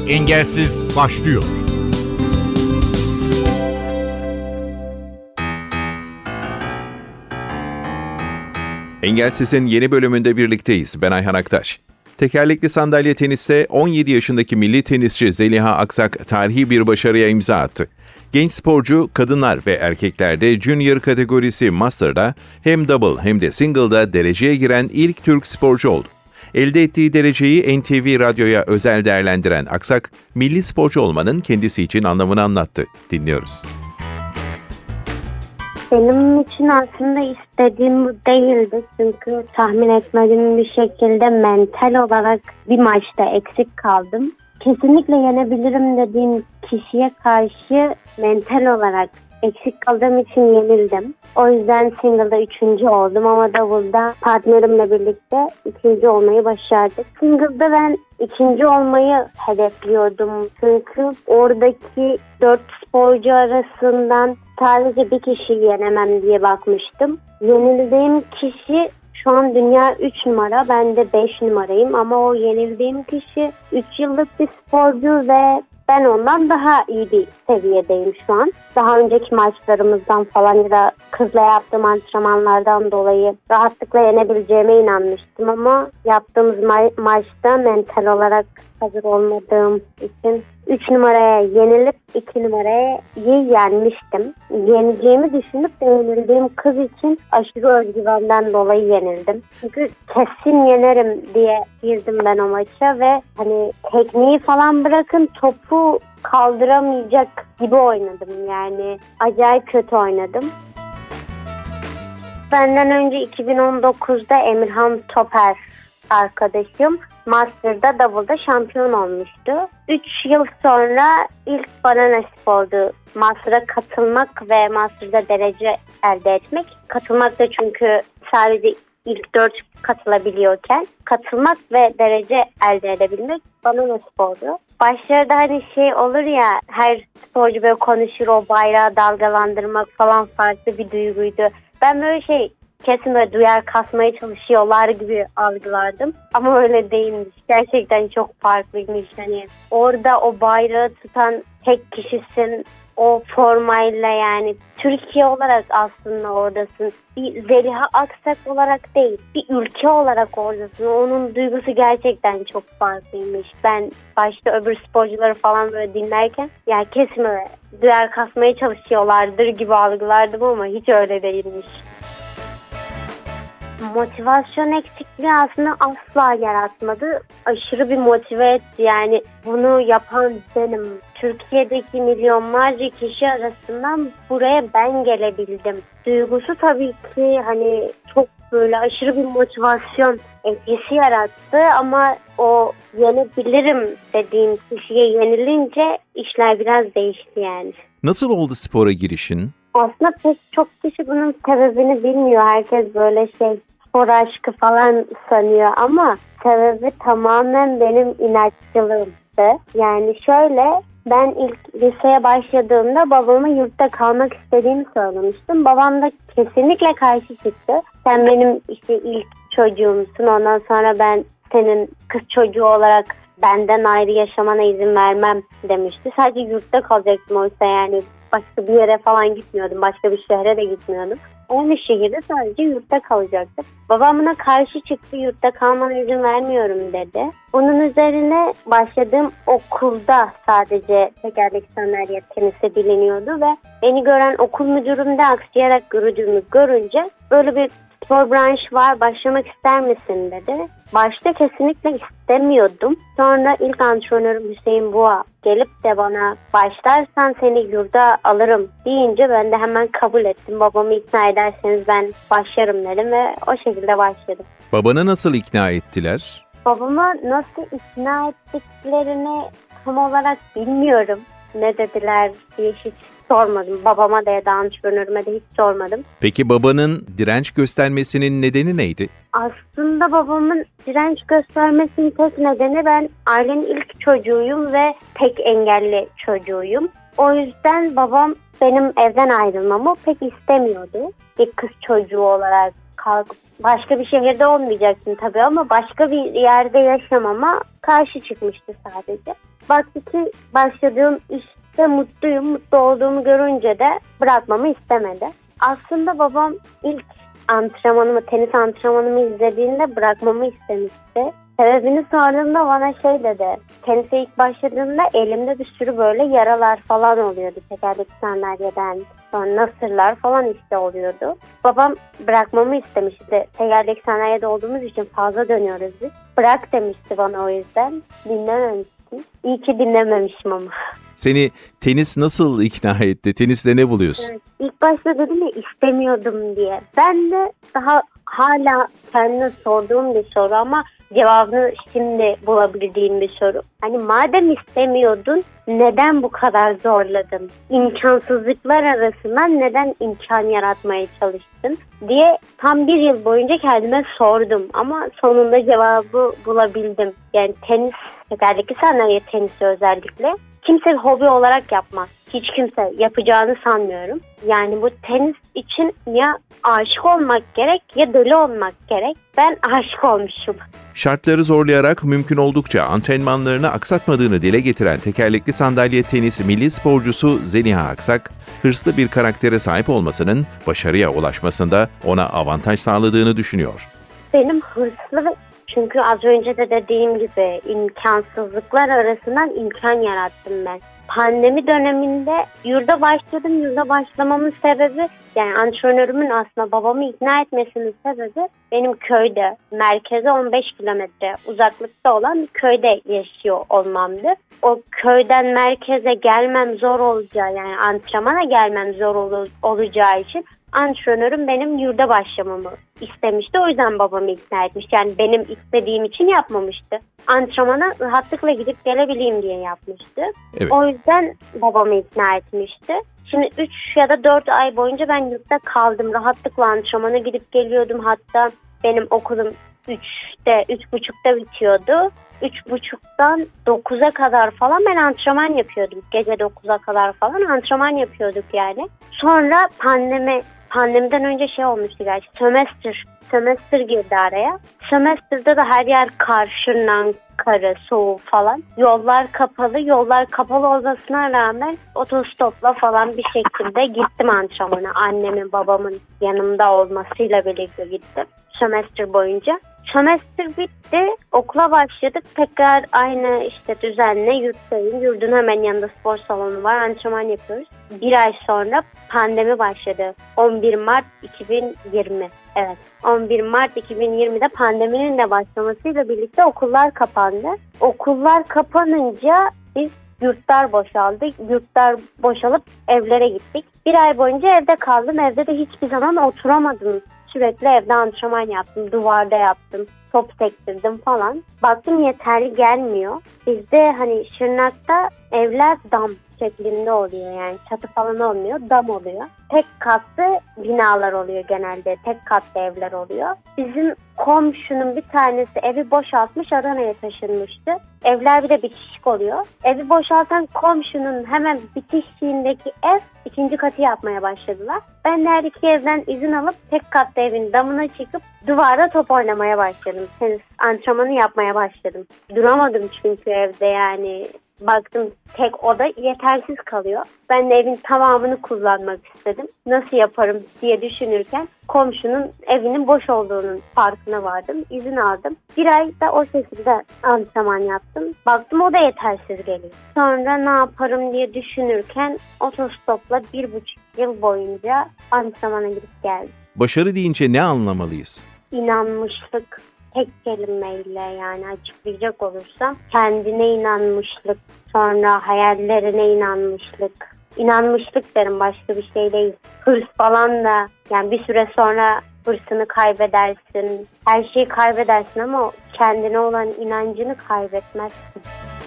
Engelsiz başlıyor. Engelsiz'in yeni bölümünde birlikteyiz. Ben Ayhan Aktaş. Tekerlekli sandalye teniste 17 yaşındaki milli tenisçi Zeliha Aksak tarihi bir başarıya imza attı. Genç sporcu kadınlar ve erkeklerde Junior kategorisi Master'da hem double hem de single'da dereceye giren ilk Türk sporcu oldu. Elde ettiği dereceyi NTV Radyo'ya özel değerlendiren Aksak, milli sporcu olmanın kendisi için anlamını anlattı. Dinliyoruz. Benim için aslında istediğim bu değildi. Çünkü tahmin etmediğim bir şekilde mental olarak bir maçta eksik kaldım. Kesinlikle yenebilirim dediğim kişiye karşı mental olarak eksik kaldığım için yenildim. O yüzden single'da 3. oldum ama double'da partnerimle birlikte 2. olmayı başardık. Single'da ben 2. olmayı hedefliyordum. Çünkü oradaki 4 sporcu arasından sadece bir kişiyi yenemem diye bakmıştım. Yenildiğim kişi şu an dünya 3 numara, ben de 5 numarayım ama o yenildiğim kişi 3 yıllık bir sporcu ve ben ondan daha iyi bir seviyedeyim şu an. Daha önceki maçlarımızdan falan ya da kızla yaptığım antrenmanlardan dolayı rahatlıkla yenebileceğime inanmıştım ama yaptığımız maçta mental olarak hazır olmadığım için 3 numaraya yenilip 2 numaraya yenmiştim. Yeneceğimi düşünüp de yenildiğim kız için aşırı özgüvenden dolayı yenildim. Çünkü kesin yenerim diye girdim ben o maça ve hani tekniği falan bırakın topu kaldıramayacak gibi oynadım yani. Acayip kötü oynadım. Benden önce 2019'da Emirhan Toper arkadaşım Master'da Double'da şampiyon olmuştu. 3 yıl sonra ilk bana nasip oldu Master'a katılmak ve Master'da derece elde etmek. Katılmak da çünkü sadece ilk 4 katılabiliyorken katılmak ve derece elde edebilmek bana nasip oldu. Başlarda hani şey olur ya, her sporcu böyle konuşur, o bayrağı dalgalandırmak falan farklı bir duyguydu. Ben böyle kesin böyle duyar kasmaya çalışıyorlar gibi algılardım. Ama öyle değilmiş. Gerçekten çok farklıymış. Hani orada o bayrağı tutan tek kişisin. O formayla yani Türkiye olarak aslında oradasın. Bir Zeliha Aksak olarak değil, bir ülke olarak oradasın. Onun duygusu gerçekten çok farklıymış. Ben başta öbür sporcuları falan böyle dinlerken ya kesin öyle duyar kasmaya çalışıyorlardır gibi algılardım ama hiç öyle değilmiş. Motivasyon eksikliği aslında asla yaratmadı. Aşırı bir motive etti. Yani bunu yapan benim. Türkiye'deki milyonlarca kişi arasından buraya ben gelebildim. Duygusu tabii ki hani çok böyle aşırı bir motivasyon etkisi yarattı ama o yenebilirim dediğim kişiye yenilince işler biraz değişti yani. Nasıl oldu spora girişin? Aslında pek çok kişi bunun sebebini bilmiyor. Herkes böyle spor aşkı falan sanıyor ama sebebi tamamen benim inatçılığımdı. Yani şöyle, ben ilk liseye başladığımda babama yurtta kalmak istediğimi söylemiştim. Babam da kesinlikle karşı çıktı. Sen benim ilk çocuğumsun, ondan sonra ben senin kız çocuğu olarak benden ayrı yaşamana izin vermem demişti. Sadece yurtta kalacaktım oysa yani. Başka bir yere falan gitmiyordum. Başka bir şehre de gitmiyordum. Aynı şehirde sadece yurtta kalacaktım. Babam buna karşı çıktı. Yurtta kalmana izin vermiyorum dedi. Bunun üzerine başladığım okulda sadece tekerlekli sandalye tenisi biliniyordu ve beni gören okul müdürüm de aksayarak yürüdüğümü görünce böyle bir spor branşı var, başlamak ister misin dedi. Başta kesinlikle istemiyordum. Sonra ilk antrenörüm Hüseyin Boğa gelip de bana başlarsan seni yurda alırım deyince ben de hemen kabul ettim. Babamı ikna ederseniz ben başlarım dedim ve o şekilde başladım. Babanı nasıl ikna ettiler? Babama nasıl ikna ettiklerini tam olarak bilmiyorum. Ne dediler diye hiç sormadım. Babama da ya da antrenörüme de hiç sormadım. Peki babanın direnç göstermesinin nedeni neydi? Aslında babamın direnç göstermesinin tek nedeni ben ailenin ilk çocuğuyum ve tek engelli çocuğuyum. O yüzden babam benim evden ayrılmamı pek istemiyordu. Bir kız çocuğu olarak kalkıp başka bir şehirde olmayacaksın tabii ama başka bir yerde yaşamama karşı çıkmıştı sadece. baktı ki başladığım işte mutluyum. Mutlu olduğumu görünce de bırakmamı istemedi. Aslında babam ilk tenis antrenmanımı izlediğinde bırakmamı istemişti. Sebebini sorduğumda bana şey dedi. Tenise ilk başladığımda elimde bir sürü böyle yaralar falan oluyordu. Tekerlekli sandalyeden sonra nasırlar falan işte oluyordu. Babam bırakmamı istemişti. Tekerlekli sandalyede olduğumuz için fazla dönüyoruz biz. Bırak demişti bana, o yüzden dinlememiştim. İyi ki dinlememişim ama. Seni tenis nasıl ikna etti? Tenisle ne buluyorsun? Evet, İlk başta dedim ya istemiyordum diye. Ben de daha hala kendime sorduğum bir soru ama cevabını şimdi bulabildiğim bir soru. Hani madem istemiyordun neden bu kadar zorladın? İmkansızlıklar arasından neden imkan yaratmaya çalıştın diye tam bir yıl boyunca kendime sordum. Ama sonunda cevabı bulabildim. Yani tekerlekli sandalye tenisi özellikle kimse hobi olarak yapmaz. Hiç kimse yapacağını sanmıyorum. Yani bu tenis için ya aşık olmak gerek ya deli olmak gerek. Ben aşık olmuşum. Şartları zorlayarak mümkün oldukça antrenmanlarını aksatmadığını dile getiren tekerlekli sandalye tenisi milli sporcusu Zeliha Aksak, hırslı bir karaktere sahip olmasının başarıya ulaşmasında ona avantaj sağladığını düşünüyor. Benim hırslı, çünkü az önce de dediğim gibi imkansızlıklar arasından imkan yarattım ben. Pandemi döneminde yurda başladım. Yurda başlamamın sebebi, yani antrenörümün aslında babamı ikna etmesinin sebebi benim köyde, merkeze 15 kilometre uzaklıkta olan bir köyde yaşıyor olmamdı. O köyden merkeze gelmem zor olacağı, yani antrenmana gelmem zor olacağı için antrenörüm benim yurda başlamamı istemişti. O yüzden babamı ikna etmiş. Yani benim istediğim için yapmamıştı. Antrenmana rahatlıkla gidip gelebileyim diye yapmıştı. Evet. O yüzden babamı ikna etmişti. Şimdi 3 ya da 4 ay boyunca ben yurtta kaldım. Rahatlıkla antrenmana gidip geliyordum. Hatta benim okulum 3.30'da bitiyordu. 3.30'dan 9'a kadar falan ben antrenman yapıyordum. Gece 9'a kadar falan antrenman yapıyorduk yani. Sonra pandemiden önce şey olmuştu gerçi. Sömestr girdi araya. Sömestr'da da her yer karşılan, karı, soğuk falan. Yollar kapalı. Yollar kapalı olmasına rağmen otostopla falan bir şekilde gittim antrenmana. Annemin, babamın yanımda olmasıyla birlikte gittim. Sömestr boyunca. Sömestr bitti. Okula başladık. Tekrar aynı işte düzenle yurttayım. Yurdun hemen yanında spor salonu var. Antrenman yapıyoruz. Bir ay sonra pandemi başladı. 11 Mart 2020. Evet. 11 Mart 2020'de pandeminin de başlamasıyla birlikte okullar kapandı. Okullar kapanınca biz yurtlar boşaldı. Yurtlar boşalıp evlere gittik. Bir ay boyunca evde kaldım. Evde de hiçbir zaman oturamadım. Sürekli evde antrenman yaptım. Duvarda yaptım. Top sektirdim falan. Baktım yeterli gelmiyor. Bizde hani Şırnak'ta evler dam şeklinde oluyor, yani çatı falan olmuyor, dam oluyor. Tek katlı binalar oluyor genelde, tek katlı evler oluyor. Bizim komşunun bir tanesi evi boşaltmış, Adana'ya taşınmıştı. Evler bir de bitişik oluyor. Evi boşaltan komşunun hemen bitişiğindeki ev 2. katı yapmaya başladılar. Ben de her iki evden izin alıp tek katlı evin damına çıkıp duvarda top oynamaya başladım. Tenis antrenmanı yapmaya başladım. Duramadım çünkü evde yani. Baktım tek oda yetersiz kalıyor. Ben de evin tamamını kullanmak istedim. Nasıl yaparım diye düşünürken komşunun evinin boş olduğunun farkına vardım. İzin aldım. Bir ay da o şekilde antrenman yaptım. Baktım o da yetersiz geliyor. Sonra ne yaparım diye düşünürken otostopla 1,5 yıl boyunca antrenmana gidip geldim. Başarı deyince ne anlamalıyız? İnanmışlık. Tek kelimeyle yani açıklayacak olursam kendine inanmışlık, sonra hayallerine inanmışlık. İnanmışlık derim, başka bir şey değil. Hırs falan da, yani bir süre sonra hırsını kaybedersin. Her şeyi kaybedersin ama kendine olan inancını kaybetmezsin.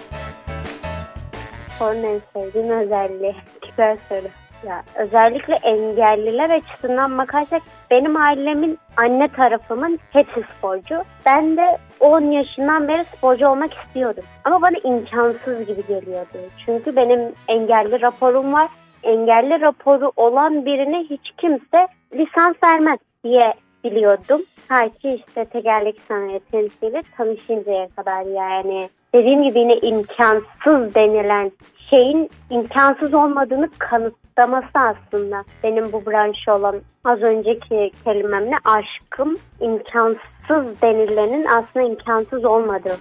Sorun en sevdiğim özelliği. Güzel soru. Ya, özellikle engelliler açısından bakarsak benim ailemin anne tarafımın hepsi sporcu. Ben de 10 yaşından beri sporcu olmak istiyordum. Ama bana imkansız gibi geliyordu. Çünkü benim engelli raporum var. Engelli raporu olan birine hiç kimse lisans vermez diye biliyordum. Ta ki işte tekerlekli sandalye tenisiyle tanışıncaya kadar yani. dediğim gibi yine imkansız denilen şeyin imkansız olmadığını kanıtlaması aslında. Benim bu branşa olan az önceki kelimemle aşkım, imkansız denilenin aslında imkansız olmadığı.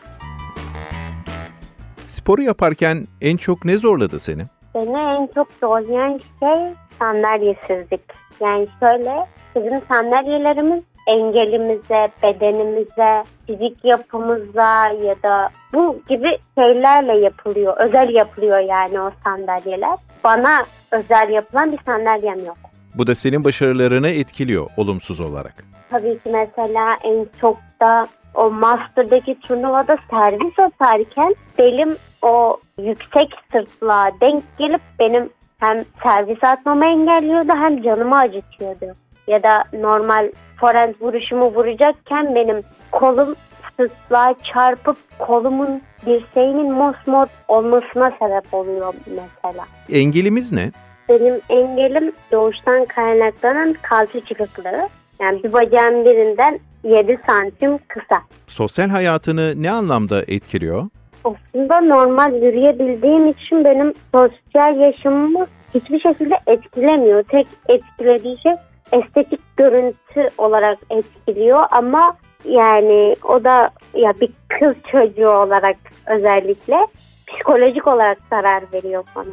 Sporu yaparken en çok ne zorladı seni? Beni en çok zorlayan şey sandalyesizlik. Yani şöyle, bizim sandalyelerimiz engelimize, bedenimize, fizik yapımıza ya da bu gibi şeylerle yapılıyor. Özel yapılıyor yani o sandalyeler. Bana özel yapılan bir sandalyem yok. Bu da senin başarılarını etkiliyor olumsuz olarak. Tabii ki mesela en çok da o Master'daki turnuvada servis atarken belim o yüksek sırtlığa denk gelip benim hem servis atmamı engelliyordu hem canımı acıtıyordu. Ya da normal forehand vuruşumu vuracakken benim kolum sırtlığa çarpıp kolumun dirseğimin mosmor olmasına sebep oluyor mesela. Engelimiz ne? Benim engelim doğuştan kaynaklanan kalça çıkıklığı. Yani bir bacağın birinden 7 santim kısa. Sosyal hayatını ne anlamda etkiliyor? Aslında normal yürüyebildiğim için benim sosyal yaşamımı hiçbir şekilde etkilemiyor. Tek etkilediği şey estetik görüntü olarak etkiliyor ama yani o da ya bir kız çocuğu olarak özellikle psikolojik olarak zarar veriyor bana.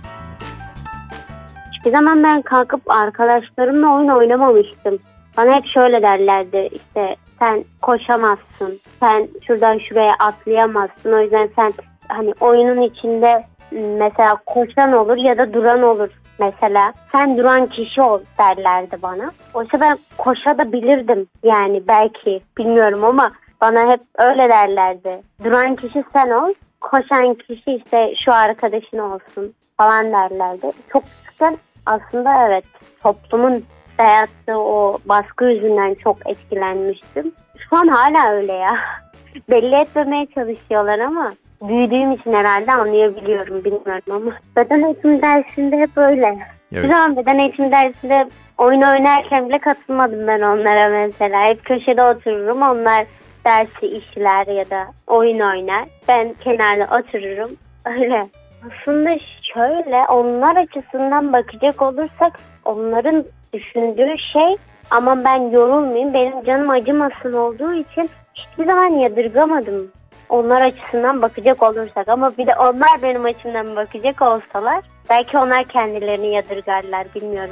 Hiçbir zaman ben kalkıp arkadaşlarımla oyun oynamamıştım. Bana hep şöyle derlerdi, işte sen koşamazsın, sen şuradan şuraya atlayamazsın. O yüzden sen hani oyunun içinde mesela koşan olur ya da duran olur mesela. Sen duran kişi ol derlerdi bana. Oysa ben koşabilirdim yani belki bilmiyorum ama bana hep öyle derlerdi. Duran kişi sen ol, koşan kişi işte şu arkadaşın olsun falan derlerdi. Çok küçükken aslında evet toplumun dayattığı o baskı yüzünden çok etkilenmiştim. Şu an hala öyle ya. Belli etmemeye çalışıyorlar ama büyüdüğüm için herhalde anlayabiliyorum bilmiyorum ama. Beden eğitimi dersinde hep öyle. Evet. Bir zaman beden eğitimi dersinde oyun oynarken bile katılmadım ben onlara mesela. Hep köşede otururum, onlar dersi işler ya da oyun oynar. Ben kenarda otururum. Öyle. Aslında şöyle onlar açısından bakacak olursak onların düşündüğü şey ama ben yorulmayayım, benim canım acımasın olduğu için hiçbir zaman yadırgamadım. Onlar açısından bakacak olursak ama bir de onlar benim açımdan bakacak olsalar belki onlar kendilerini yadırgarlar bilmiyorum.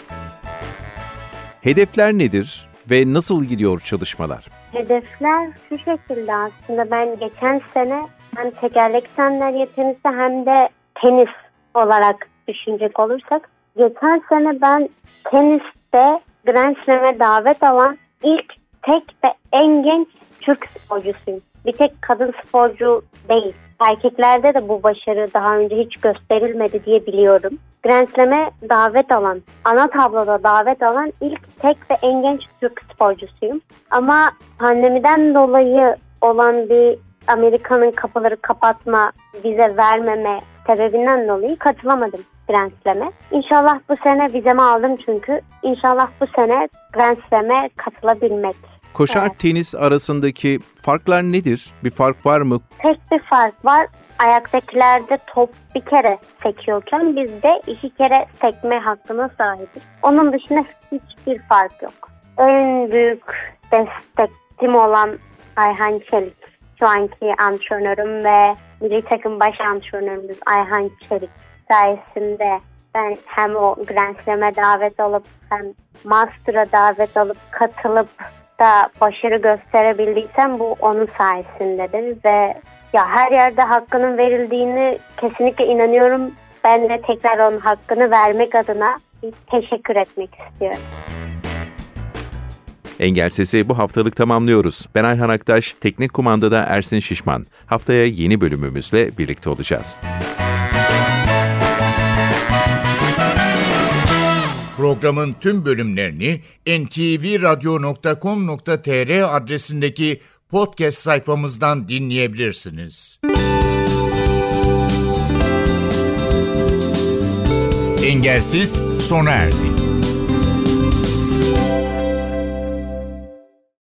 Hedefler nedir ve nasıl gidiyor çalışmalar? Hedefler şu şekilde aslında ben geçen sene hem tekerlek sandalye tenisi hem de tenis olarak düşünecek olursak geçen sene ben teniste Grand Slam'e davet alan ilk, tek ve en genç Türk sporcusuyum. Bir tek kadın sporcu değil. Erkeklerde de bu başarı daha önce hiç gösterilmedi diye biliyorum. Grand Slam'e davet alan, ana tabloda davet alan ilk, tek ve en genç Türk sporcusuyum. Ama pandemiden dolayı olan bir Amerika'nın kapıları kapatma, vize vermeme sebebinden dolayı katılamadım Grand Slam'e. İnşallah bu sene vizemi aldım çünkü. İnşallah bu sene Grand Slam'e katılabilmek. Koşar tenis arasındaki farklar nedir? Bir fark var mı? Tek bir fark var. Ayaktakilerde top bir kere sekiyorken bizde 2 kere sekme hakkına sahibiz. Onun dışında hiçbir fark yok. En büyük destekçim olan Ayhan Çelik. Şu anki antrenörüm ve milli takım baş antrenörümüz Ayhan Çelik sayesinde ben hem o Grand Slam'e davet alıp hem Master'a davet alıp katılıp da başarı gösterebildiysem bu onun sayesindedir ve ya her yerde hakkının verildiğini kesinlikle inanıyorum. Ben de tekrar onun hakkını vermek adına teşekkür etmek istiyorum. Engel Sesi bu haftalık tamamlıyoruz. Ben Ayhan Aktaş, teknik kumandada Ersin Şişman. Haftaya yeni bölümümüzle birlikte olacağız. Programın tüm bölümlerini ntvradio.com.tr adresindeki podcast sayfamızdan dinleyebilirsiniz. Engelsiz sona erdi.